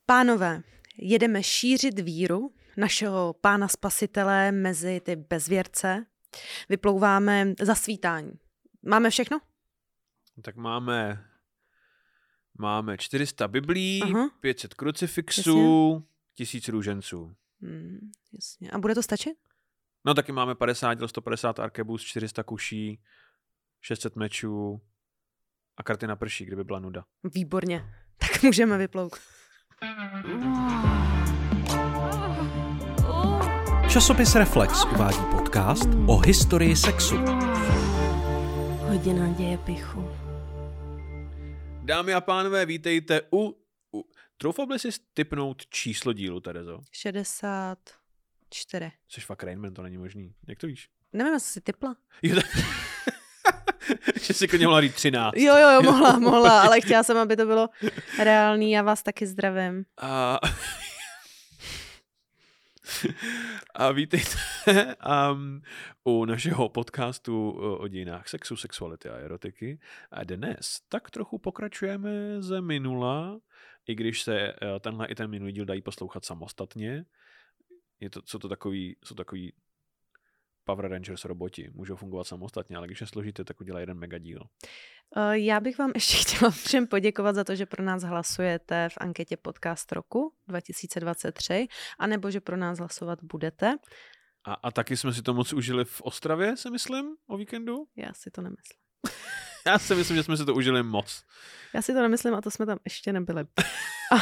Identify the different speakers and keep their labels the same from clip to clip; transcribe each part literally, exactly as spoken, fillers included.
Speaker 1: Pánové, jedeme šířit víru našeho pána spasitele mezi ty bezvěrce. Vyplouváme zasvítání. Máme všechno?
Speaker 2: Tak máme, máme čtyři sta biblí,
Speaker 1: Aha.
Speaker 2: pět set krucifixů, tisíc růženců.
Speaker 1: Hmm, jasně. A bude to stačit?
Speaker 2: No taky máme padesát děl, sto padesát arkebus, čtyři sta kuší, šest set mečů a karty na prší, kdyby byla nuda.
Speaker 1: Výborně. Tak můžeme vyplout.
Speaker 3: Časopis Reflex uvádí podcast o historii sexu.
Speaker 1: Hodina děje pichu.
Speaker 2: Dámy a pánové, vítejte u... u troufal by si tipnout číslo dílu, Terezo?
Speaker 1: šedesát čtyři.
Speaker 2: Jsi fakt Rainman, to není možný. Jak to víš?
Speaker 1: Nevím, jestli jsi tipla.
Speaker 2: Jo, tak... že si klidně mohla říct třináct.
Speaker 1: Jo, jo, jo, mohla, mohla, ale chtěla jsem, aby to bylo reálný. Já vás taky zdravím.
Speaker 2: A... A vítejte um, u našeho podcastu o dějinách sexu, sexuality a erotiky. A dnes tak trochu pokračujeme ze minula, i když se tenhle i ten minulý díl dají poslouchat samostatně. Je to, jsou to takový, jsou takový Power Rangers roboti, můžou fungovat samostatně, ale když je složíte, tak udělá jeden megadíl.
Speaker 1: Já bych vám ještě chtěla všem poděkovat za to, že pro nás hlasujete v anketě Podcast roku dva tisíce dvacet tři, anebo že pro nás hlasovat budete.
Speaker 2: A, a taky jsme si to moc užili v Ostravě, si myslím, o víkendu.
Speaker 1: Já si to nemyslím.
Speaker 2: Já si myslím, že jsme si to užili moc.
Speaker 1: Já si to nemyslím a to jsme tam ještě nebyli. a,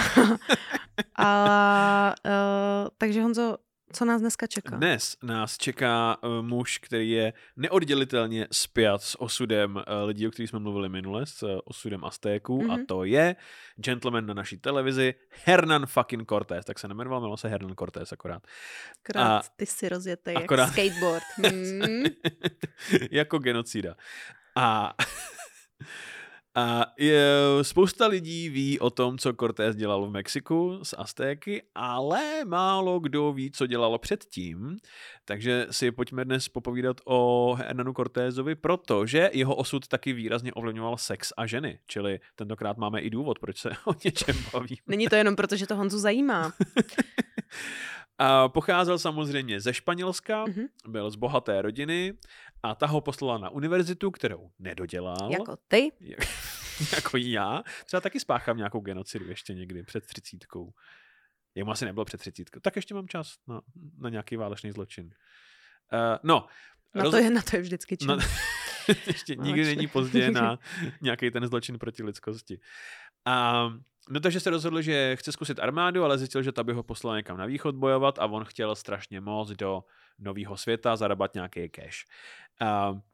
Speaker 1: a, uh, takže Honzo, co nás dneska čeká?
Speaker 2: Dnes nás čeká uh, muž, který je neoddělitelně spjat s osudem uh, lidí, o kterých jsme mluvili minule, s uh, osudem Aztéků, mm-hmm. a to je gentleman na naší televizi Hernán fucking Cortés. Tak se nemenoval, jmenoval se Hernán Cortés akorát.
Speaker 1: Akorát a ty si rozjetej
Speaker 2: akorát...
Speaker 1: jak skateboard. Hmm.
Speaker 2: Jako genocida. A... A je, spousta lidí ví o tom, co Cortés dělal v Mexiku s Aztéky, ale málo kdo ví, co dělalo předtím. Takže si pojďme dnes popovídat o Hernánu Cortésovi, protože jeho osud taky výrazně ovlivňoval sex a ženy. Čili tentokrát máme i důvod, proč se o něčem bavíme.
Speaker 1: Není to jenom proto, že to Honzu zajímá.
Speaker 2: A pocházel samozřejmě ze Španělska,
Speaker 1: mm-hmm.
Speaker 2: byl z bohaté rodiny a ta ho poslala na univerzitu, kterou nedodělal.
Speaker 1: Jako ty?
Speaker 2: Jako já. Třeba taky spáchám nějakou genocidu ještě někdy před třicítkou. Jemu asi nebylo před třicítkou. Tak ještě mám čas na, na nějaký válečný zločin. Uh, no.
Speaker 1: Na,
Speaker 2: roz...
Speaker 1: to je, na to je vždycky čas.
Speaker 2: No, ještě nikdy není pozdě na nějaký ten zločin proti lidskosti. A no takže se rozhodl, že chce zkusit armádu, ale zjistil, že ta by ho poslala někam na východ bojovat a on chtěl strašně moc do nového světa zarabat nějaký cash. Uh, uh,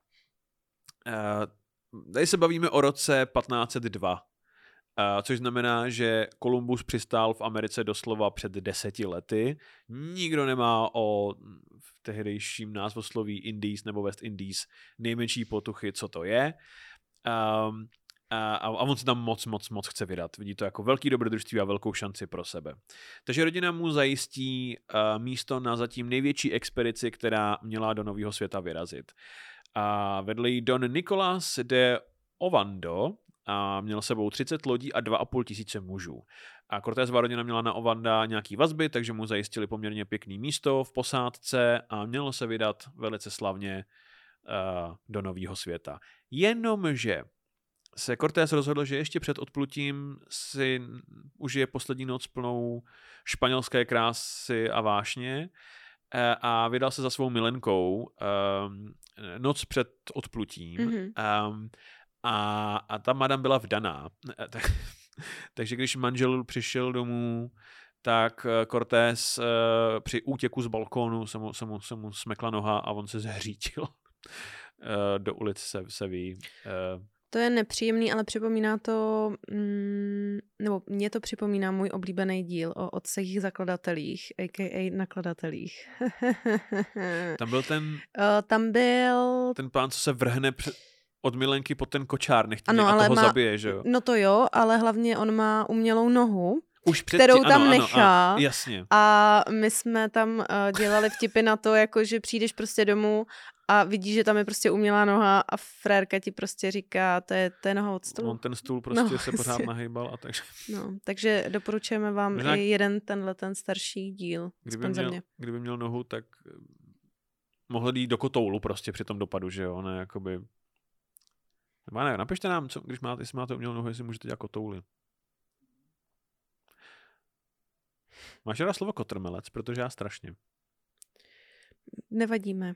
Speaker 2: tady se bavíme o roce patnáct set dva, uh, což znamená, že Kolumbus přistál v Americe doslova před deseti lety. Nikdo nemá o v tehdejším názvosloví Indies nebo West Indies nejmenší potuchy, co to je. Um, A, a on se tam moc, moc, moc chce vydat. Vidí to jako velký dobrodružství a velkou šanci pro sebe. Takže rodina mu zajistí uh, místo na zatím největší expedici, která měla do nového světa vyrazit. A vedl jí Don Nicolás de Ovando a měl sebou třicet lodí a dva a půl tisíce mužů. A Cortésova rodina měla na Ovanda nějaký vazby, takže mu zajistili poměrně pěkný místo v posádce a mělo se vydat velice slavně uh, do nového světa. Jenomže se Cortés rozhodl, že ještě před odplutím si užije poslední noc plnou španělské krásy a vášně a vydal se za svou milenkou noc před odplutím. Mm-hmm. A, a ta madam byla vdaná. Takže když manžel přišel domů, tak Cortés při útěku z balkónu se mu, se mu, se mu smekla noha a on se zhřítil. Do ulic se, se ví.
Speaker 1: To je nepříjemný, ale připomíná to, mm, nebo mě to připomíná můj oblíbený díl o otcích zakladatelích, a k a nakladatelích.
Speaker 2: Tam byl ten...
Speaker 1: Uh, tam byl...
Speaker 2: Ten pán, co se vrhne před, od milenky pod ten kočár, nechtěně,
Speaker 1: ano,
Speaker 2: a toho
Speaker 1: má,
Speaker 2: zabije, že jo?
Speaker 1: No to jo, ale hlavně on má umělou nohu,
Speaker 2: Už před
Speaker 1: kterou
Speaker 2: tí,
Speaker 1: tam
Speaker 2: ano,
Speaker 1: nechá.
Speaker 2: Ano, jasně.
Speaker 1: A my jsme tam uh, dělali vtipy na to, jako že přijdeš prostě domů a vidíš, že tam je prostě umělá noha a frérka ti prostě říká, to je, to je noha od stolu.
Speaker 2: On ten stůl prostě
Speaker 1: No,
Speaker 2: se pořád
Speaker 1: jasně.
Speaker 2: nahejbal a takže...
Speaker 1: No, takže doporučujeme vám
Speaker 2: Možná-
Speaker 1: i jeden tenhle ten starší díl.
Speaker 2: Kdyby
Speaker 1: aspoň za
Speaker 2: měl,
Speaker 1: mě.
Speaker 2: kdyby měl nohu, tak mohl jít do kotoulu prostě při tom dopadu, že jo, ne, jakoby... Nebo ne, napište nám, co, když máte, jestli máte umělou nohu, jestli můžete dělat kotouly. Máš rád slovo kotrmelec, protože já strašně.
Speaker 1: Nevadíme.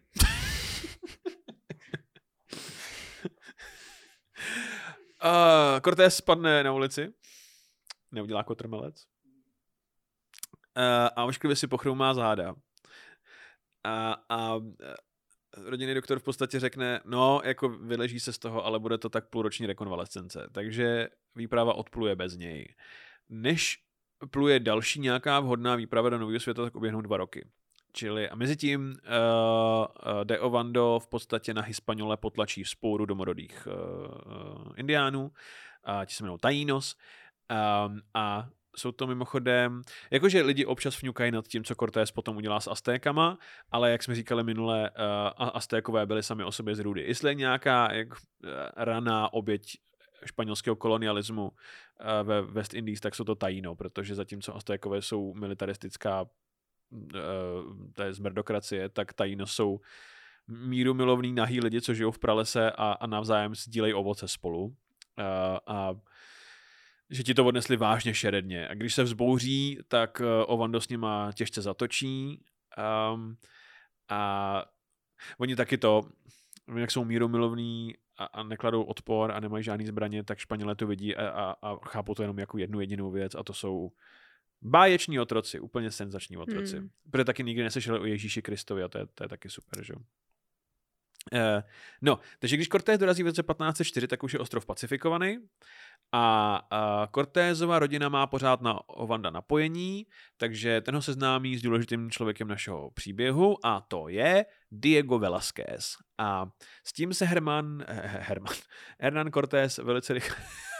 Speaker 2: Uh, Cortés spadne na ulici, neudělá kotrmelec uh, a ošklivě si pochroumá záda. A, a rodinný doktor v podstatě řekne, no, jako vyleží se z toho, ale bude to tak půlroční rekonvalescence. Takže výprava odpluje bez něj. Než pluje další nějaká vhodná výprava do Nového světa, tak oběhnou dva roky. Čili a mezi tím uh, uh, de Ovando v podstatě na Hispaniola potlačí vzpouru domorodých uh, uh, indiánů, a ti se jmenou Taínos. Um, a jsou to mimochodem, jakože lidi občas vňukají nad tím, co Cortés potom udělá s Aztékama, ale jak jsme říkali minule, uh, Aztékové byli sami o sobě zrůdy. Jestli je nějaká jak, uh, raná oběť španělského kolonialismu uh, ve West Indies, tak jsou to Taíno, protože zatímco Aztékové jsou militaristická uh, to je zmrdokracie, tak Taíno jsou mírumilovní nahý lidi, co žijou v pralese a, a navzájem sdílejí ovoce spolu. Uh, a že ti to odnesli vážně šeredně. A když se vzbouří, tak uh, Ovando s nima těžce zatočí. Um, a oni taky to, jak jsou mírumilovní a, a nekladou odpor a nemají žádný zbraně, tak Španělé to vidí a, a, a chápou to jenom jako jednu jedinou věc a to jsou báječní otroci, úplně senzační otroci. Hmm. Protože taky nikdy neslyšeli o Ježíši Kristovi a to je, to je taky super, že jo. Uh, no, takže když Cortés dorazí v roce patnáct set čtyři, tak už je ostrov pacifikovaný a uh, Cortésova rodina má pořád na Ovanda napojení, takže ten ho seznámí s důležitým člověkem našeho příběhu a to je Diego Velázquez. A s tím se Herman, Herman, Hernán Cortés velice rychle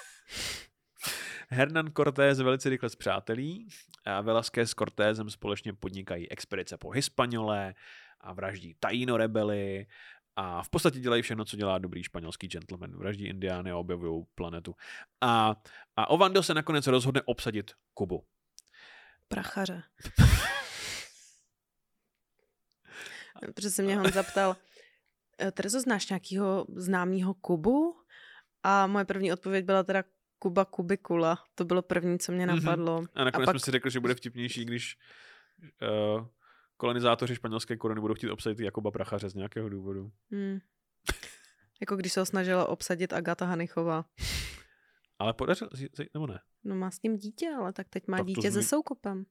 Speaker 2: Hernán Cortés velice rychle zpřátelí a Velázquez s Cortésem společně podnikají expedice po Hispaniole a vraždí Taíno rebely a v podstatě dělají všechno, co dělá dobrý španělský gentleman. Vraždí indiány a objevují planetu. A, a Ovando se nakonec rozhodne obsadit Kubu.
Speaker 1: Prachaře. Protože se mě Honza ptal, Terezo, znáš nějakého známého Kubu? A moje první odpověď byla teda Kuba Kubikula. To bylo první, co mě napadlo.
Speaker 2: A nakonec
Speaker 1: a
Speaker 2: jsme
Speaker 1: pak...
Speaker 2: si řekli, že bude vtipnější, když uh, kolonizátoři španělské koruny budou chtít obsadit Jakuba Prachaře z nějakého důvodu.
Speaker 1: Hmm. Jako když se ho snažila obsadit Agata Hanichová.
Speaker 2: Ale podařilo, nebo ne?
Speaker 1: No má s ním dítě, ale tak teď má
Speaker 2: Tak
Speaker 1: dítě
Speaker 2: zmi...
Speaker 1: se Soukopem.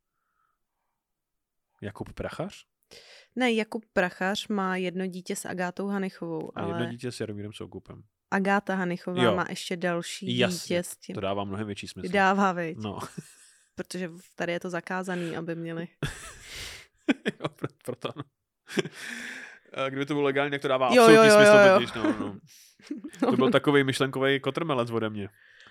Speaker 2: Jakub Prachař?
Speaker 1: Ne, Jakub Prachař má jedno dítě s Agátou Hanichovou.
Speaker 2: A
Speaker 1: ale...
Speaker 2: jedno dítě s Jaromírem Soukupem.
Speaker 1: Agáta Hanichová jo. má ještě další
Speaker 2: Jasně,
Speaker 1: dítě s tím.
Speaker 2: To dává mnohem větší smysl.
Speaker 1: Dává, viď.
Speaker 2: No.
Speaker 1: Protože tady je to zakázaný, aby měli.
Speaker 2: Jo, proto no. Kdyby to bylo legální, tak to dává
Speaker 1: jo,
Speaker 2: absolutní
Speaker 1: jo, jo,
Speaker 2: smysl.
Speaker 1: jo.
Speaker 2: Totiž, no, no. To byl takový myšlenkový kotrmelec ode mě.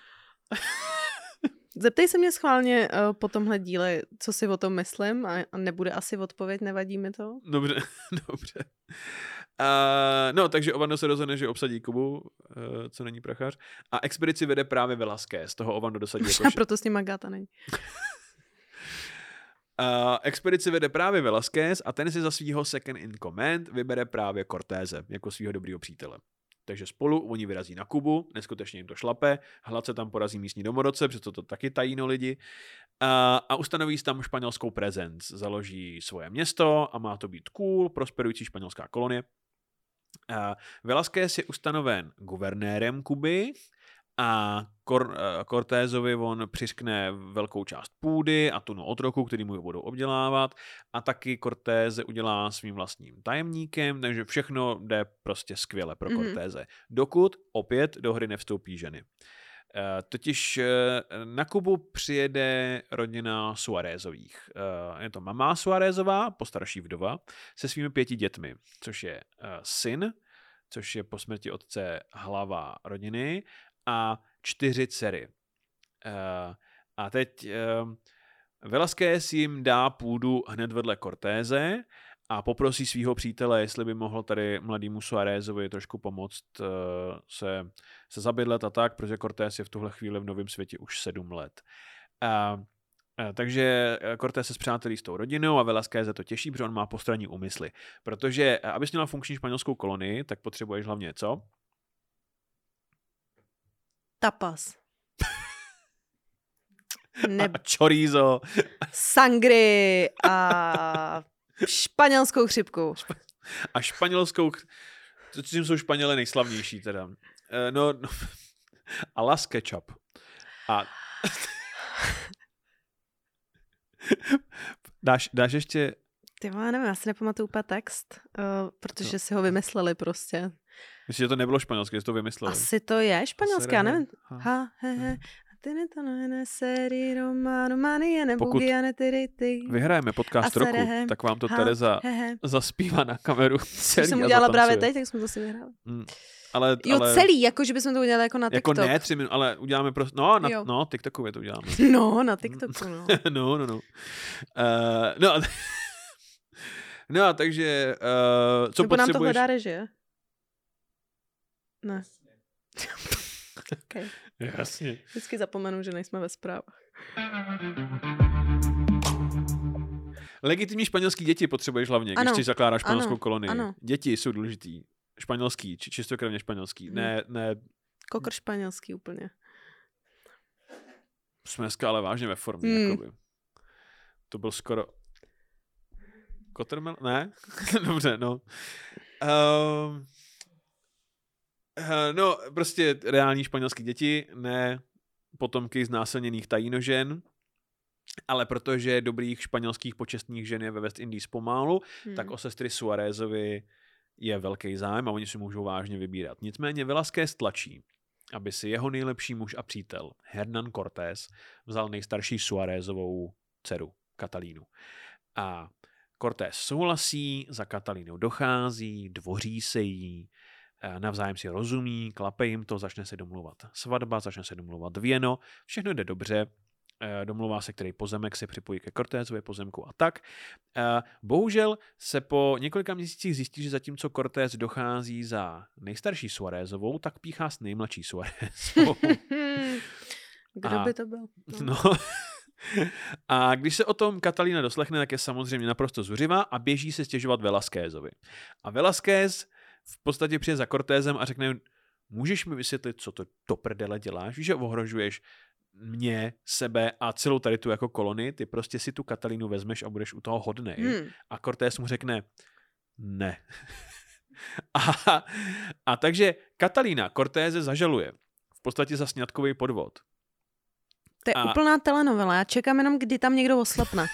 Speaker 1: Zeptej se mě schválně uh, po tomhle díle, co si o tom myslím a, a nebude asi odpověď, nevadí mi to?
Speaker 2: Dobře, dobře. Uh, no, takže Ovando se rozhodne, že obsadí Kubu, uh, co není Prachař, a expedici vede právě Velázquez, z toho Ovando dosadí jako
Speaker 1: A proto s ním Agáta není.
Speaker 2: Uh, expedici vede právě Velázquez a ten si za svýho second in command vybere právě Cortése jako svýho dobrýho přítele. Takže spolu oni vyrazí na Kubu, neskutečně jim to šlape, hladce tam porazí místní domorodce, přesto to taky Taíno lidi, a, a ustanoví si tam španělskou prezenc. Založí svoje město a má to být cool, prosperující španělská kolonie. A Velázquez je ustanoven guvernérem Kuby a Cor- Cortésovi on přiskne velkou část půdy a tunu otroků, který mu budou obdělávat, a taky Cortése udělá svým vlastním tajemníkem, takže všechno jde prostě skvěle pro Cortése. Mm-hmm. Dokud opět do hry nevstoupí ženy. E, totiž e, na Kubu přijede rodina Suárezových. E, je to mama Suárezová, postarší vdova, se svými pěti dětmi, což je e, syn, což je po smrti otce hlava rodiny, a čtyři dcery. Uh, a teď uh, Velázquez jim dá půdu hned vedle Cortése a poprosí svého přítele, jestli by mohl tady mladému Suárezovi trošku pomoct uh, se, se zabydlet a tak, protože Cortés je v tuhle chvíli v Novém světě už sedm let. Uh, uh, takže Cortés se spřátelí s tou rodinou a Velázquez to těší, protože on má postranní úmysly. Protože uh, abys měla funkční španělskou kolonii, tak potřebuješ hlavně co?
Speaker 1: Tapas. Ne...
Speaker 2: A chorizo.
Speaker 1: Sangry a španělskou chřipku.
Speaker 2: A španělskou... Co tím jsou Španělé nejslavnější teda? Uh, no, no... A las ketchup. A... dáš, dáš ještě...
Speaker 1: Ty vole, nevím, já si nepamatuju úplně text, uh, protože no. si ho vymysleli prostě.
Speaker 2: Myslím, že to nebylo španělské, že to vymysleli.
Speaker 1: Asi to je španělské, já nevím.
Speaker 2: Ha.
Speaker 1: Ha, he, he. Pokud
Speaker 2: vyhrajeme podcast roku, tak vám to Tereza zaspívá na kameru celý.
Speaker 1: Když jsem udělala právě teď, tak jsme to si vyhráli.
Speaker 2: Mm. Ale,
Speaker 1: jo,
Speaker 2: ale...
Speaker 1: celý, jako že bychom to udělali jako na TikTok.
Speaker 2: Jako ne, tři minut, ale uděláme prostě, no, na, no, TikTokově to uděláme.
Speaker 1: No, na TikToku, no.
Speaker 2: no, no, no. Uh, no, no, takže, uh, co
Speaker 1: Nebo
Speaker 2: potřebuješ?
Speaker 1: nám tohle dá režie? Ne. Okay.
Speaker 2: Jasně.
Speaker 1: Vždycky zapomenu, že nejsme ve zprávách.
Speaker 2: Legitimní španělský děti potřebuješ hlavně,
Speaker 1: ano.
Speaker 2: když si zakládáš španělskou
Speaker 1: ano.
Speaker 2: kolonii.
Speaker 1: Ano.
Speaker 2: Děti jsou důležitý. Španělský, či čistokrevně španělský. Hmm. Ne, ne...
Speaker 1: Kokr španělský úplně.
Speaker 2: Jsme dneska ale vážně ve formě. Hmm. Jakoby. To byl skoro... Kotrmel? Ne? Dobře, no. Um... No, prostě reální španělský děti, ne potomky znásilněných tajínožen, ale protože dobrých španělských počestných žen je ve West Indies pomálu, hmm. tak o sestry Suárezovi je velký zájem a oni si můžou vážně vybírat. Nicméně Velázquez tlačí, aby si jeho nejlepší muž a přítel Hernán Cortés vzal nejstarší Suárezovou dceru Katalínu. A Cortés souhlasí, za Katalínou dochází, dvoří se jí, navzájem si rozumí, klape jim to, začne se domluvat svatba, začne se domluvat věno, všechno jde dobře, domluvá se, který pozemek se připojí ke Cortézově pozemku a tak. Bohužel se po několika měsících zjistí, že zatímco Cortés dochází za nejstarší Suárezovou, tak píchá s nejmladší Suárezovou.
Speaker 1: Kdo by to byl?
Speaker 2: No. no. A když se o tom Katalína doslechne, tak je samozřejmě naprosto zuřivá a běží se stěžovat Velázquezovi. A Velázquez v podstatě přijde za Cortézem a řekne, můžeš mi vysvětlit, co to do prdele děláš? Víš, že ohrožuješ mě, sebe a celou tady tu jako kolonii, ty prostě si tu Katalínu vezmeš a budeš u toho hodnej. Hmm. A Cortés mu řekne, ne. a, a takže Katalína Cortéze zažaluje v podstatě za sňatkový podvod.
Speaker 1: To je
Speaker 2: a...
Speaker 1: úplná telenovela, já čekám jenom, kdy tam někdo oslepne.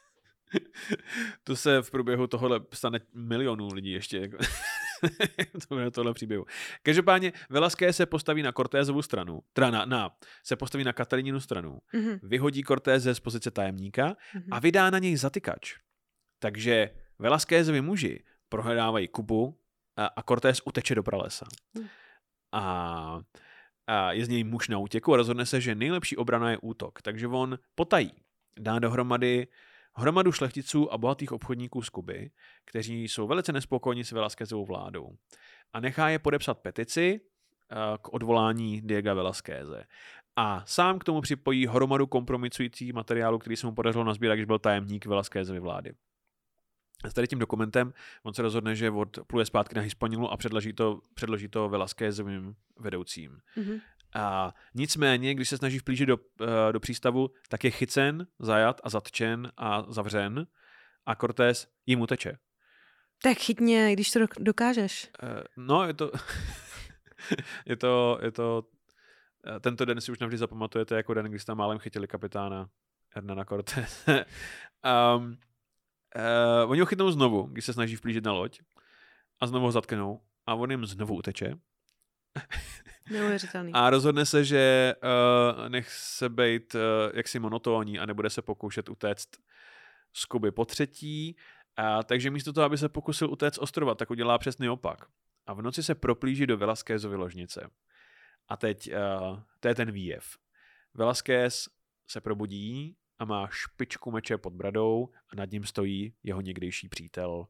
Speaker 2: To se v průběhu tohohle stane milionů lidí ještě. Jako to je tohle příběhu. Každopádně Velázquez se postaví na Cortézovu stranu, teda na, na, se postaví na Katalíninu stranu, mm-hmm. vyhodí Cortéze z pozice tajemníka mm-hmm. a vydá na něj zatykač. Takže Velázquezovi muži prohledávají Kubu a, a Cortés uteče do pralesa. Mm. A, a je z něj muž na útěku a rozhodne se, že nejlepší obrana je útok. Takže on potají, dá dohromady hromadu šlechticů a bohatých obchodníků z Kuby, kteří jsou velice nespokojení s Velázquezovou vládou. A nechá je podepsat petici k odvolání Diega Velázqueze. A sám k tomu připojí hromadu kompromitujících materiálů, který se mu podařilo nazbírat, když byl tajemník Velázquezovy vlády. S tady tím dokumentem on se rozhodne, že odpluje zpátky na Hispaniolu a předloží to, předloží to Velázquezovým vedoucím. Mm-hmm. A nicméně, když se snaží vplížit do, do přístavu, tak je chycen, zajat a zatčen a zavřen a Cortés jim uteče.
Speaker 1: Tak chytně, když to dokážeš.
Speaker 2: No, je to... je to, je to... Tento den si už navždy zapamatujete jako den, kdy jste málem chytili kapitána Hernana Cortése. um, uh, oni ho chytnou znovu, když se snaží vplížit na loď a znovu ho zatknou a on jim znovu uteče.
Speaker 1: Neuvěřitelný.
Speaker 2: A rozhodne se, že uh, nech se bejt uh, jaksi monotónní a nebude se pokoušet utéct z Kuby po třetí. A takže místo toho, aby se pokusil utéct ostrova, tak udělá přesný opak. A v noci se proplíží do Velázquezovy ložnice. A teď uh, to je ten výjev. Velázquez se probudí a má špičku meče pod bradou a nad ním stojí jeho někdejší přítel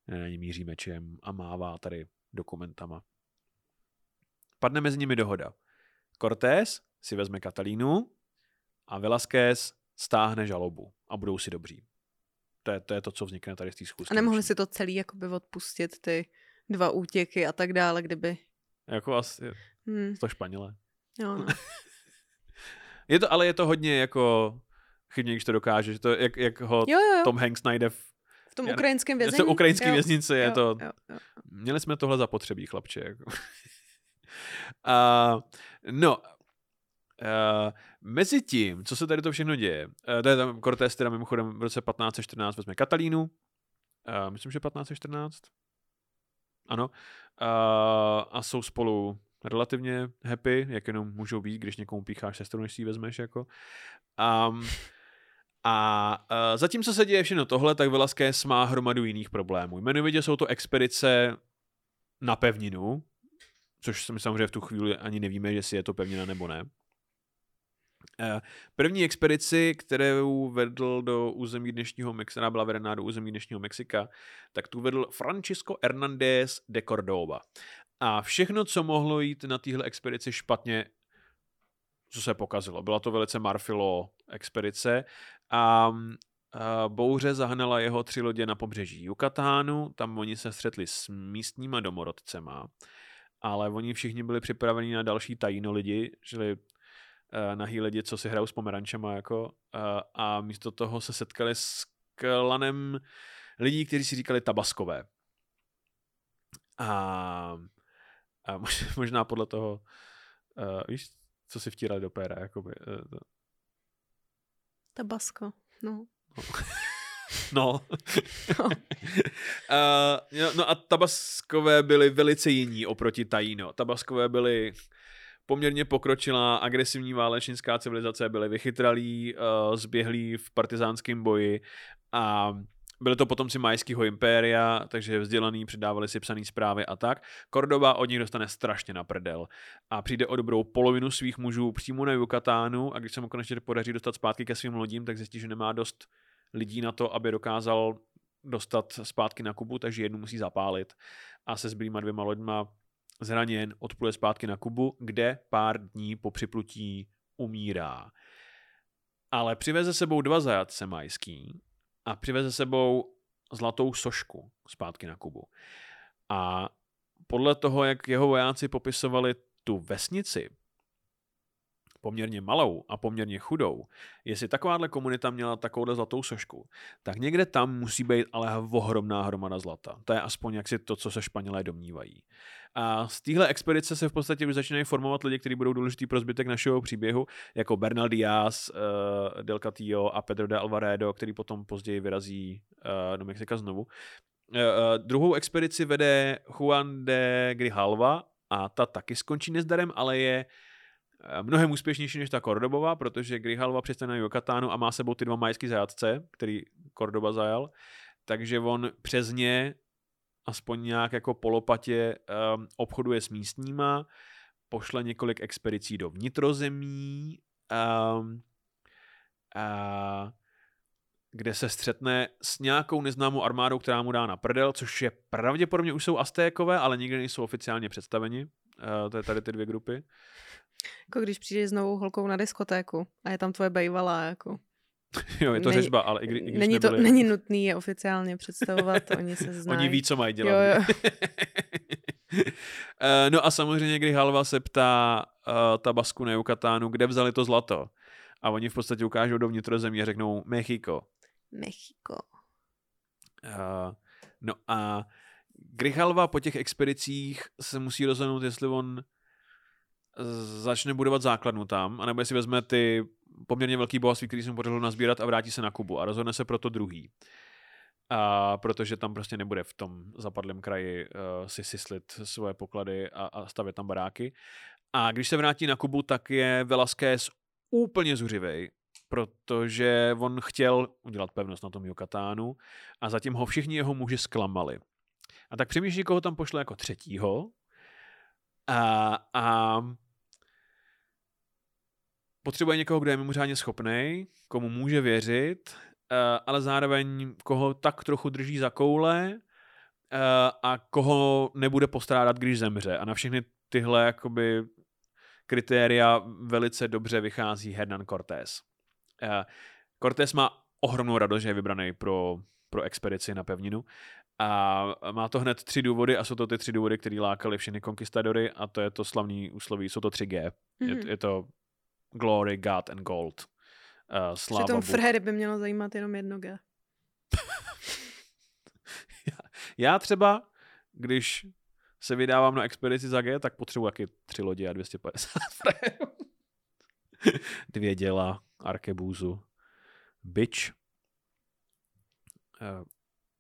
Speaker 2: na ní míří mečem a mává tady dokumentama. Padne mezi nimi dohoda. Cortés si vezme Katalínu a Velázquez stáhne žalobu a budou si dobří. To je to, je to co vznikne tady z té schůzky.
Speaker 1: A nemohli si to celý jakoby odpustit, ty dva útěky a tak dále, kdyby...
Speaker 2: Jako asi
Speaker 1: hmm.
Speaker 2: to Španělé.
Speaker 1: Jo, no.
Speaker 2: je to, ale je to hodně jako chybně, když to dokáže, že to, jak, jak ho
Speaker 1: jo, jo, jo.
Speaker 2: Tom Hanks najde v
Speaker 1: V tom ukrajinském vězení?
Speaker 2: V tom ukrajinském věznici je
Speaker 1: jo,
Speaker 2: to...
Speaker 1: Jo, jo.
Speaker 2: Měli jsme tohle zapotřebí, chlapče. Jako. uh, no, uh, mezi tím, co se tady to všechno děje, uh, tady tam Cortés teda mimochodem v roce patnáct set čtrnáct vezme Katalínu, uh, myslím, že patnáct set čtrnáct, ano, uh, a jsou spolu relativně happy, jak jenom můžou být, když někomu pícháš sestru, než si ji vezmeš, jako. Um, A uh, zatímco se děje všechno tohle, tak Velázquez má hromadu jiných problémů. Jmenovitě jsou to expedice na pevninu, což my samozřejmě v tu chvíli ani nevíme, jestli je to pevnina nebo ne. Uh, první expedici, kterou vedl do území dnešního Mexika, byla vedená do území dnešního Mexika, tak tu vedl Francisco Hernández de Córdoba. A všechno, co mohlo jít na téhle expedici špatně, co se pokazilo. Byla to velice Marfilo expedice a, a bouře zahnala jeho tři lodě na pobřeží Yucatánu, tam oni se střetli s místníma domorodcema, ale oni všichni byli připraveni na další tajíno lidi, žili uh, nahý lidi, co si hrajou s pomerančema, jako, uh, a místo toho se setkali s klanem lidí, kteří si říkali tabaskové. A, a možná podle toho, uh, víš, co si vtírali do péra, jakoby. Uh,
Speaker 1: Tabasko, no.
Speaker 2: No. no. uh, no a tabaskové byli velice jiní oproti tajíno. Tabaskové byli poměrně pokročilá, agresivní válečnická civilizace, byli vychytralí, uh, zběhlí v partizánském boji a byli to potomci majského impéria, takže vzdělaný, předávali si psaný zprávy a tak. Córdoba od nich dostane strašně na prdel a přijde o dobrou polovinu svých mužů přímo na Yucatánu a když se mu konečně podaří dostat zpátky ke svým lodím, tak zjistí, že nemá dost lidí na to, aby dokázal dostat zpátky na Kubu, takže jednu musí zapálit a se zbylýma dvěma loďma zraněn odpluje zpátky na Kubu, kde pár dní po připlutí umírá. Ale přiveze sebou dva zajatce majský a přiveze sebou zlatou sošku zpátky na Kubu. A podle toho, jak jeho vojáci popisovali tu vesnici, poměrně malou a poměrně chudou, jestli takováhle komunita měla takovouhle zlatou sošku, tak někde tam musí být ale ohromná hromada zlata. To je aspoň jaksi to, co se Španělé domnívají. A z téhle expedice se v podstatě už začínají formovat lidi, kteří budou důležitý pro zbytek našeho příběhu, jako Bernal Díaz, uh, Del Castillo a Pedro de Alvarado, který potom později vyrazí uh, do Mexika znovu. Uh, uh, druhou expedici vede Juan de Grijalva a ta taky skončí nezdarem, ale je mnohem úspěšnější než ta Córdobova, protože Grijalva přistane na Yucatánu a má sebou ty dva majský zajatce, který Córdoba zajal, takže on přes ně aspoň nějak jako polopatě um, obchoduje s místníma, pošle několik expedicí do vnitrozemí, um, a, kde se střetne s nějakou neznámou armádou, která mu dá na prdel, což je pravděpodobně už jsou Aztékové, ale nikdy nejsou oficiálně představeni. Uh, to je tady ty dvě grupy.
Speaker 1: Jako když přijdeš s novou holkou na diskotéku a je tam tvoje bejvalá, jako.
Speaker 2: Jo, je to není, řežba, ale i, kdy, i když
Speaker 1: není,
Speaker 2: nebyli...
Speaker 1: to, není nutný je oficiálně představovat, oni se znají.
Speaker 2: Oni ví, co mají dělat.
Speaker 1: Jo, jo.
Speaker 2: No a samozřejmě Grijalva se ptá uh, Tabasku na Yucatánu, kde vzali to zlato. A oni v podstatě ukážou do vnitrozemí a řeknou Mexiko.
Speaker 1: Mexiko.
Speaker 2: Uh, no a Grijalva po těch expedicích se musí rozhodnout, jestli on začne budovat základnu tam, anebo jestli vezme ty poměrně velký bohatství, který jsem podařil nazbírat a vrátí se na Kubu a rozhodne se pro to druhý. A protože tam prostě nebude v tom zapadlém kraji uh, si syslit svoje poklady a, a stavět tam baráky. A když se vrátí na Kubu, tak je Velázquez úplně zuřivej, protože on chtěl udělat pevnost na tom Yucatánu a zatím ho všichni jeho muži zklamali. A tak přemýšlí, koho tam pošle jako třetího a, a potřebuje někoho, kdo je mimořádně schopnej, komu může věřit, ale zároveň koho tak trochu drží za koule a koho nebude postrádat, když zemře. A na všechny tyhle jakoby kritéria velice dobře vychází Hernán Cortés. Cortés má ohromnou radost, že je vybraný pro, pro expedici na pevninu. A má to hned tři důvody a jsou to ty tři důvody, které lákaly všechny konquistadory a to je to slavný úsloví, jsou to tři G. Mm-hmm. Je, je to glory, God and gold. Uh, sláva
Speaker 1: Přitom
Speaker 2: Bůh.
Speaker 1: Fréry by mělo zajímat jenom jedno G.
Speaker 2: já, já třeba, když se vydávám na expedici za G, tak potřebuji taky tři lodi a dvě stě padesát frérů. Dvě děla, arkebúzu, bič. Uh.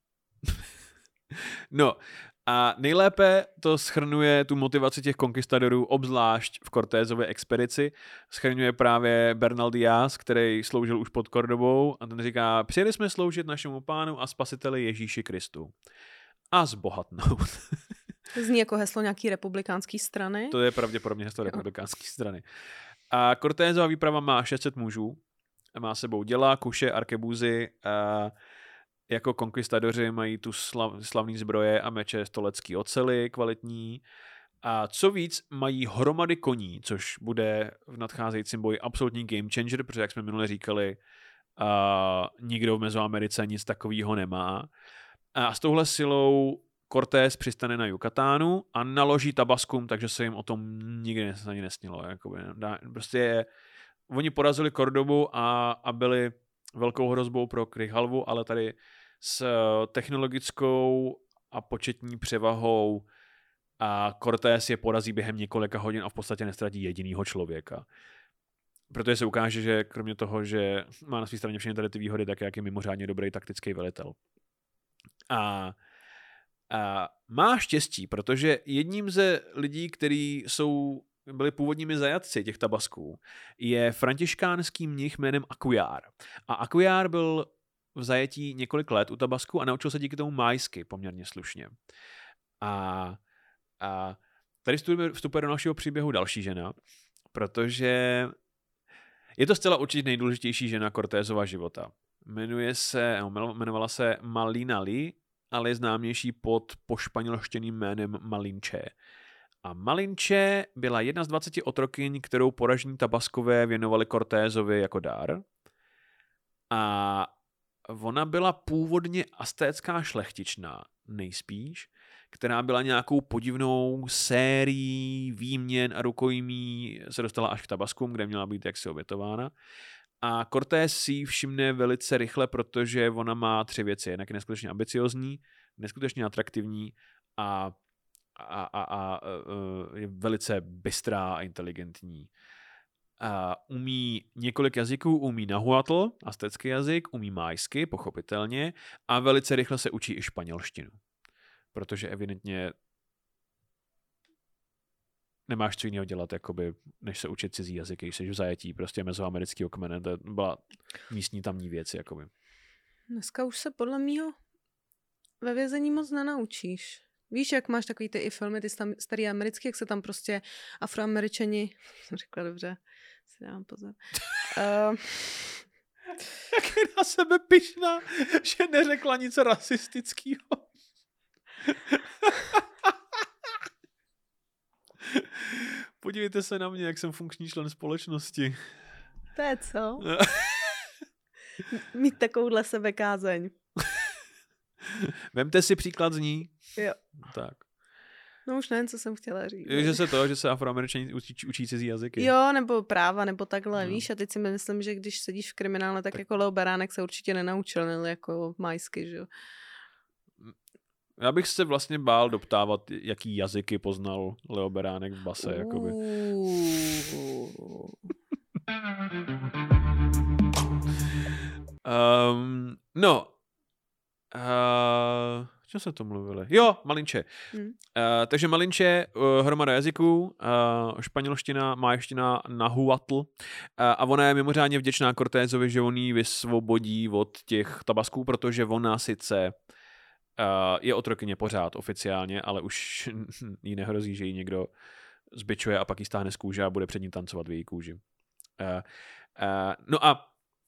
Speaker 2: No a nejlépe to shrnuje tu motivaci těch konkistadorů, obzvlášť v Cortésově expedici, shrnuje právě Bernal Díaz, který sloužil už pod Kordobou a ten říká, přijeli jsme sloužit našemu pánu a spasiteli Ježíši Kristu a zbohatnout.
Speaker 1: Zní jako heslo nějaký republikánský strany.
Speaker 2: To je pravděpodobně heslo republikánské strany. A Cortésova výprava má šest set mužů, má sebou děla, kuše, arkebúzy a jako konkvistadoři mají tu slav, slavný zbroje a meče stolecký ocely, kvalitní. A co víc, mají hromady koní, což bude v nadcházejícím boji absolutní game changer, protože jak jsme minule říkali, uh, nikdo v Mezoamerice nic takového nemá. A s touhle silou Cortés přistane na Yucatánu a naloží Tabaskum, takže se jim o tom nikdy ani nesnilo. Jakoby. Prostě oni porazili Kordobu a, a byli velkou hrozbou pro Grijalvu, ale tady s technologickou a početní převahou a Cortés je porazí během několika hodin a v podstatě nestratí jedinýho člověka. Protože se ukáže, že kromě toho, že má na své straně všechny tady ty výhody, tak jak je mimořádně dobrý taktický velitel. A, a má štěstí, protože jedním ze lidí, kteří jsou byli původními zajatci těch Tabasků, je františkánský mnich jménem Acujar. A Acujar byl v zajetí několik let u Tabasku a naučil se díky tomu májsky poměrně slušně. A, a tady vstupuje do našeho příběhu další žena, protože je to zcela určitě nejdůležitější žena Cortésova života. Jmenuje se, jmenovala se Malina Li, ale je známější pod pošpanělštěným jménem Malinche. A Malinche byla jedna z dvaceti otrokyň, kterou poražení Tabaskové věnovali Cortésovi jako dár. A ona byla původně aztécká šlechtičná, nejspíš, která byla nějakou podivnou sérií výměn a rukojmí, se dostala až k Tabaskum, kde měla být jaksi obětována. A Cortés si všimne velice rychle, protože ona má tři věci. Jednak je neskutečně ambiciozní, neskutečně atraktivní a A, a, a je velice bystrá a inteligentní. A umí několik jazyků, umí nahuatl, aztécký jazyk, umí májsky, pochopitelně, a velice rychle se učí i španělštinu. Protože evidentně nemáš co jiného dělat, jakoby, než se učit cizí jazyky, když jsi v zajetí prostě mezoamerického kmene. To byla místní tamní věc. Jakoby.
Speaker 1: Dneska už se podle mýho ve vězení moc nenaučíš. Víš, jak máš takový ty i filmy, ty starý americký, jak se tam prostě Afroameričani, jsem řekla dobře, si dám pozor. Uh...
Speaker 2: Jak je na sebe pyšná, že neřekla nic rasistického. Podívejte se na mě, jak jsem funkční člen společnosti.
Speaker 1: To je co? Mít takovouhle sebekázeň.
Speaker 2: Vemte si příklad z ní.
Speaker 1: Jo.
Speaker 2: Tak.
Speaker 1: No už nevím, co jsem chtěla říct.
Speaker 2: Je, že se to, že se Afroameričani učí, učí cizí jazyky.
Speaker 1: Jo, nebo práva, nebo takhle,
Speaker 2: no.
Speaker 1: Víš, a teď si myslím, že když sedíš v kriminále, tak, tak jako Leo Beránek se určitě nenaučil, ne jako majsky, že jo.
Speaker 2: Já bych se vlastně bál doptávat, jaký jazyky poznal Leo Beránek v base, jakoby. um, no, Uh, o čem jsme to mluvili? Jo, Malinche. Hmm. Uh, takže Malinche, uh, hromada jazyků, uh, španělština, májština, nahuatl. Uh, a ona je mimořádně vděčná Cortésovi, že on jí vysvobodí od těch Tabasků, protože ona sice uh, je otrokyně pořád oficiálně, ale už jí nehrozí, že ji někdo zbičuje a pak jí stáhne z kůže a bude před ní tancovat v její kůži. Uh, uh, no a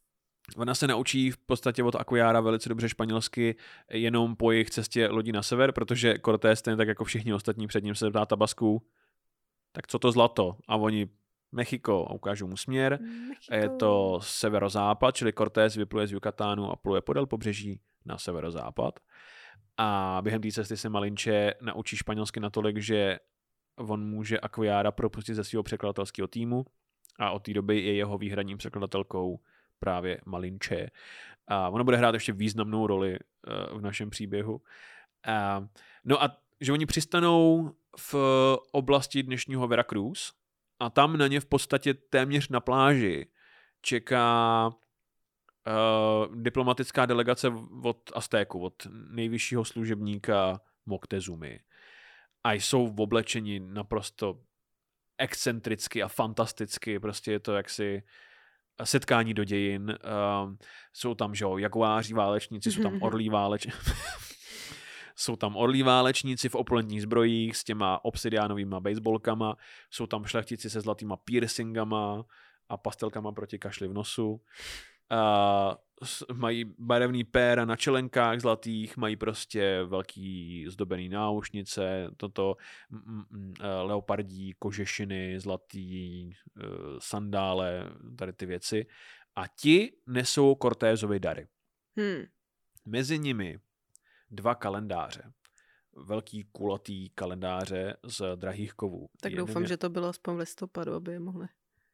Speaker 2: Ona se naučí v podstatě od Aguiara velice dobře španělsky jenom po jejich cestě lodí na sever, protože Cortés, stejně tak jako všichni ostatní před ním, se zeptá Tabasku, tak co to zlato? A oni Mexiko a ukážou mu směr.
Speaker 1: Mexiko.
Speaker 2: A je to severozápad, čili Cortés vypluje z Yucatánu a pluje podél pobřeží na severozápad. A během té cesty se Malinche naučí španělsky natolik, že on může Aguiara propustit ze svého překladatelského týmu a od té doby je jeho výhradním překladatelkou právě Malinche. A ona bude hrát ještě významnou roli uh, v našem příběhu. Uh, no a že oni přistanou v oblasti dnešního Veracruz a tam na ně v podstatě téměř na pláži čeká uh, diplomatická delegace od Aztéku, od nejvyššího služebníka Moctezumy. A jsou v oblečení naprosto excentricky a fantasticky. Prostě je to jaksi setkání do dějin. Uh, jsou tam, že jo, jaguáři válečníci, jsou tam orlí válečníci. Jsou tam orlí válečníci v opulentních zbrojích s těma obsidiánovýma baseballkama. Jsou tam šlechtici se zlatýma piercingama a pastelkama proti kašli v nosu. Uh, mají barevný péra na čelenkách zlatých, mají prostě velký zdobený náušnice, toto m- m- leopardí kožešiny, zlatý uh, sandále, tady ty věci. A ti nesou Cortésovi dary.
Speaker 1: Hmm.
Speaker 2: Mezi nimi dva kalendáře. Velký kulatý kalendáře z drahých kovů.
Speaker 1: Tak
Speaker 2: Jeden
Speaker 1: doufám,
Speaker 2: je...
Speaker 1: že to bylo aspoň v listopadu, aby je mohli.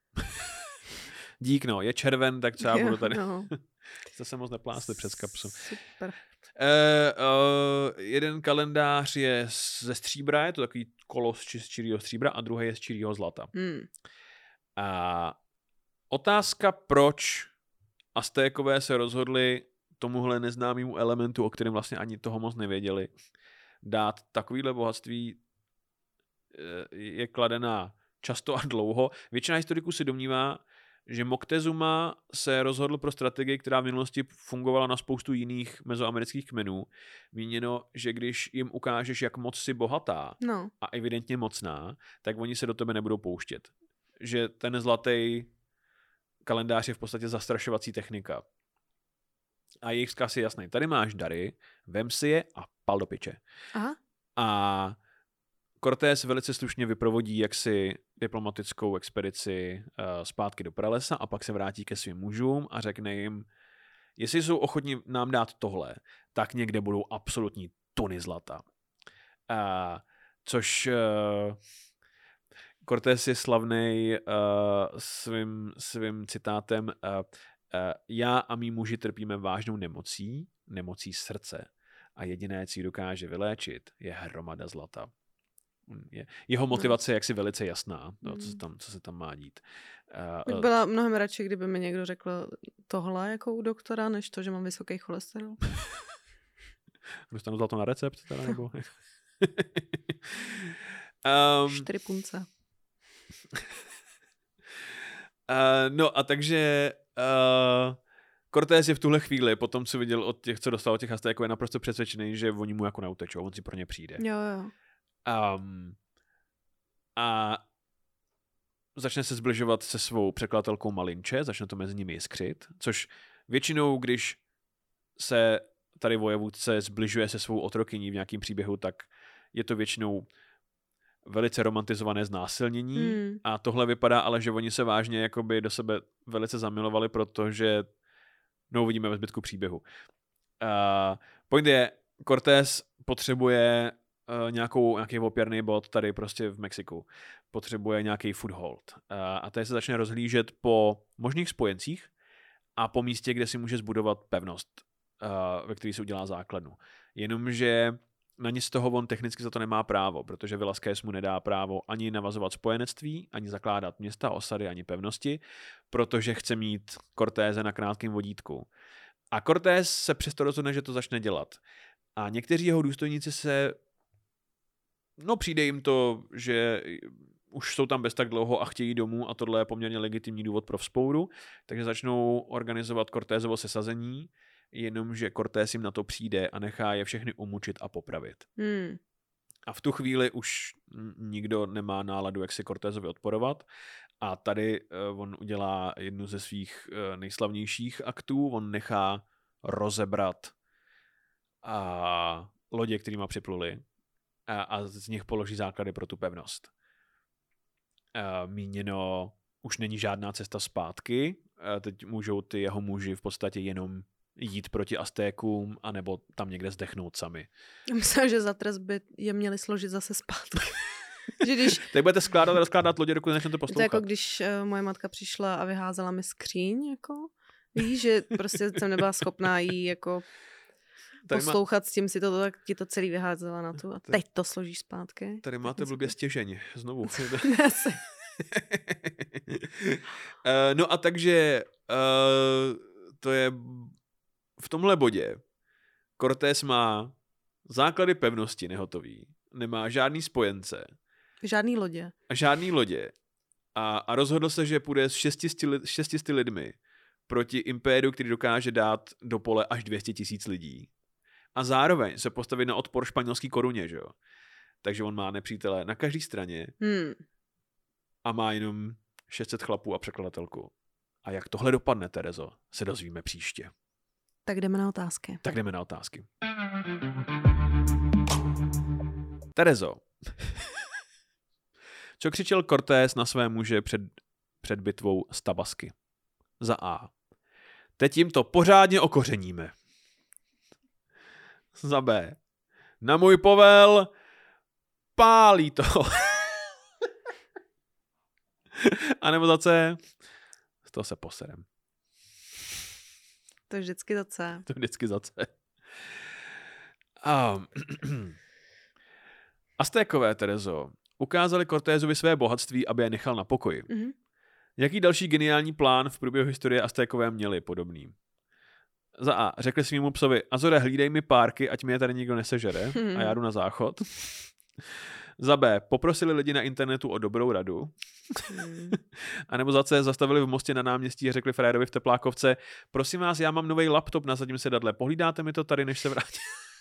Speaker 2: Dík, no, je červen, tak třeba
Speaker 1: jo,
Speaker 2: budu tady.
Speaker 1: No.
Speaker 2: To se moc neplásli přes kapsu.
Speaker 1: Super.
Speaker 2: Uh, uh, jeden kalendář je ze stříbra, je to takový kolos z čirýho stříbra a druhý je z čirýho zlata.
Speaker 1: Hmm.
Speaker 2: A otázka, proč Aztékové se rozhodli tomuhle neznámému elementu, o kterém vlastně ani toho moc nevěděli, dát takovýhle bohatství, je kladená často a dlouho. Většina historiků si domnívá, že Moctezuma se rozhodl pro strategii, která v minulosti fungovala na spoustu jiných mezoamerických kmenů. Míněno, že když jim ukážeš, jak moc si bohatá
Speaker 1: no.
Speaker 2: a evidentně mocná, tak oni se do tebe nebudou pouštět. Že ten zlatý kalendář je v podstatě zastrašovací technika. A jejich vzkaz je jasný. Tady máš dary, vem si je a pal do piče.
Speaker 1: Aha.
Speaker 2: A Cortés velice slušně vyprovodí jaksi diplomatickou expedici uh, zpátky do pralesa a pak se vrátí ke svým mužům a řekne jim, jestli jsou ochotní nám dát tohle, tak někde budou absolutní tuny zlata. Uh, což uh, Cortés je slavnej uh, svým, svým citátem uh, uh, já a mý muži trpíme vážnou nemocí, nemocí srdce a jediné, co ji dokáže vyléčit, je hromada zlata. Je. Jeho motivace je jaksi velice jasná, to, co, se tam, co se tam má dít.
Speaker 1: Bych uh, byla mnohem radši, kdyby mi někdo řekl tohle jako u doktora, než to, že mám vysoký cholesterol.
Speaker 2: Dostanu zlato na recept? Teda, nebo? um,
Speaker 1: Čtyři punce.
Speaker 2: uh, no a takže uh, Cortés je v tuhle chvíli, po tom, co viděl od těch, co dostal od těch Aztéků, je naprosto přesvědčený, že oni mu jako neutečou, on si pro ně přijde.
Speaker 1: Jo, jo.
Speaker 2: Um, a začne se zbližovat se svou překladatelkou Malinche, začne to mezi nimi jiskřit, což většinou, když se tady vojevůdce zbližuje se svou otrokyní v nějakém příběhu, tak je to většinou velice romantizované znásilnění hmm. a tohle vypadá ale, že oni se vážně jakoby do sebe velice zamilovali, protože no uvidíme ve zbytku příběhu. Uh, point je, Cortés potřebuje Uh, nějakou, nějaký opěrný bod tady prostě v Mexiku. Potřebuje nějaký foothold. Uh, a tady se začne rozhlížet po možných spojencích a po místě, kde si může zbudovat pevnost, uh, ve které si udělá základnu. Jenomže na nic z toho on technicky za to nemá právo, protože Velázquez mu nedá právo ani navazovat spojenectví, ani zakládat města, osady, ani pevnosti, protože chce mít Cortése na krátkém vodítku. A Cortés se přesto rozhodne, že to začne dělat. A někteří jeho důstojníci se No přijde jim to, že už jsou tam bez tak dlouho a chtějí domů a tohle je poměrně legitimní důvod pro vzpouru, takže začnou organizovat Cortésovo sesazení, jenomže Cortés jim na to přijde a nechá je všechny umučit a popravit. Hmm. A v tu chvíli už nikdo nemá náladu, jak si Cortésovi odporovat A tady uh, on udělá jednu ze svých uh, nejslavnějších aktů, on nechá rozebrat a lodě, kterýma připluli a, a z nich položí základy pro tu pevnost. Uh, míněno, už není žádná cesta zpátky, uh, teď můžou ty jeho muži v podstatě jenom jít proti Aztékům anebo tam někde zdechnout sami.
Speaker 1: Myslím, že za trest by je měli složit zase zpátky. Že když...
Speaker 2: Teď budete skládat a rozkládat lodě, dokud začnete poslouchat.
Speaker 1: To je jako když uh, moje matka přišla a vyházela mi skříň, jako víš, že prostě jsem nebyla schopná jí jako tady poslouchat má... s tím si to, tak ti to celý vyházela na tu a teď to složíš zpátky.
Speaker 2: Tady máte blbě stěžeň, znovu.
Speaker 1: uh,
Speaker 2: no a takže uh, to je v tomhle bodě Cortés má základy pevnosti nehotový, nemá žádný spojence.
Speaker 1: Žádný lodě.
Speaker 2: A žádný lodě. A, a rozhodl se, že půjde s šestisty lidmi proti impériu, který dokáže dát do pole až dvě stě tisíc lidí. A zároveň se postavit na odpor španělský koruně, že jo. Takže on má nepřítele na každé straně
Speaker 1: hmm.
Speaker 2: a má jenom šest set chlapů a překladatelku. A jak tohle dopadne, Terezo, se dozvíme příště.
Speaker 1: Tak jdeme na otázky.
Speaker 2: Tak jdeme na otázky. Terezo, co křičel Cortés na své muže před, před bitvou z Tabasky? Za A. Teď jim to pořádně okořeníme. Za B. Na můj povel pálí to. A nebo za C. Z toho se poserem.
Speaker 1: To je vždycky za C.
Speaker 2: To je vždycky za C. Um, Aztékové, Terezo, ukázali Cortésovi své bohatství, aby je nechal na pokoji.
Speaker 1: Mm-hmm.
Speaker 2: Jaký další geniální plán v průběhu historie Aztékové měli podobný? Za A. Řekli svýmu psovi, Azore, hlídej mi párky, ať mi je tady nikdo nesežere a já jdu na záchod. Za B. Poprosili lidi na internetu o dobrou radu.
Speaker 1: Hmm.
Speaker 2: A nebo za C. Zastavili v Mostě na náměstí a řekli frajerovi v Teplákovce, prosím vás, já mám nový laptop na zadním sedadle, pohlídáte mi to tady, než se vrátím.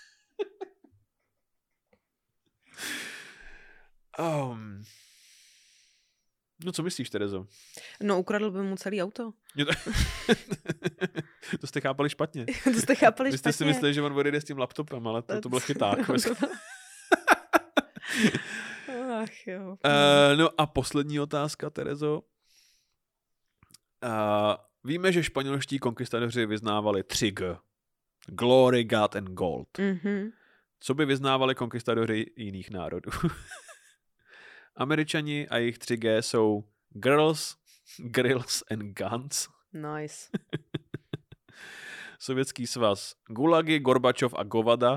Speaker 2: um. No co myslíš, Terezo?
Speaker 1: No ukradl by mu celý auto.
Speaker 2: To jste chápali špatně.
Speaker 1: To jste chápali
Speaker 2: Vy jste
Speaker 1: špatně.
Speaker 2: si mysleli, že on odjede s tím laptopem, ale to, to byl chyták.
Speaker 1: Ach jo.
Speaker 2: Uh, no a poslední otázka, Terezo. Uh, víme, že španělští konkistadoři vyznávali tři G. Glory, God and Gold.
Speaker 1: Mm-hmm.
Speaker 2: Co by vyznávali konkistadoři jiných národů? Američani a jejich tři G jsou Girls, Grills and Guns.
Speaker 1: Nice.
Speaker 2: Sovětský svaz Gulagy, Gorbačov a Govada.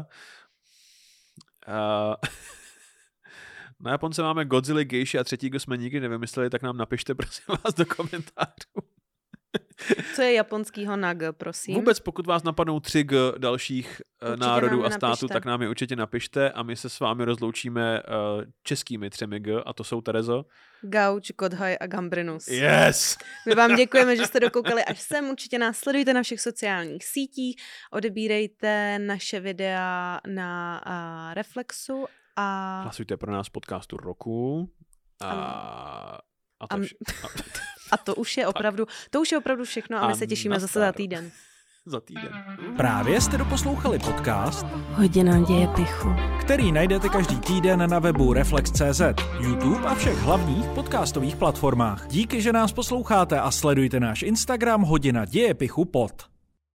Speaker 2: Uh, na Japonce máme Godzilla, Geishi a třetí, kdo jsme nikdy nevymysleli, tak nám napište prosím vás do komentářů.
Speaker 1: Co je japonskýho na G, prosím?
Speaker 2: Vůbec pokud vás napadnou tři G dalších určitě národů a států, napište. Tak nám je určitě napište a my se s vámi rozloučíme uh, českými třemi G a to jsou, Terezo?
Speaker 1: Gauč, Godhaj a Gambrinus.
Speaker 2: Yes!
Speaker 1: My vám děkujeme, že jste dokoukali až sem. Určitě nás sledujte na všech sociálních sítích, odebírejte naše videa na uh, Reflexu a...
Speaker 2: Hlasujte pro nás podcastu roku. A, a, to, vše, a...
Speaker 1: a to už je opravdu, to už je opravdu všechno a my se těšíme zase za týden.
Speaker 2: Za týden.
Speaker 3: Právě jste doposlouchali podcast
Speaker 1: Hodina dějepichu,
Speaker 3: který najdete každý týden na webu Reflex tečka cé zet, YouTube a všech hlavních podcastových platformách. Díky, že nás posloucháte a sledujte náš Instagram Hodina dějepichu pod.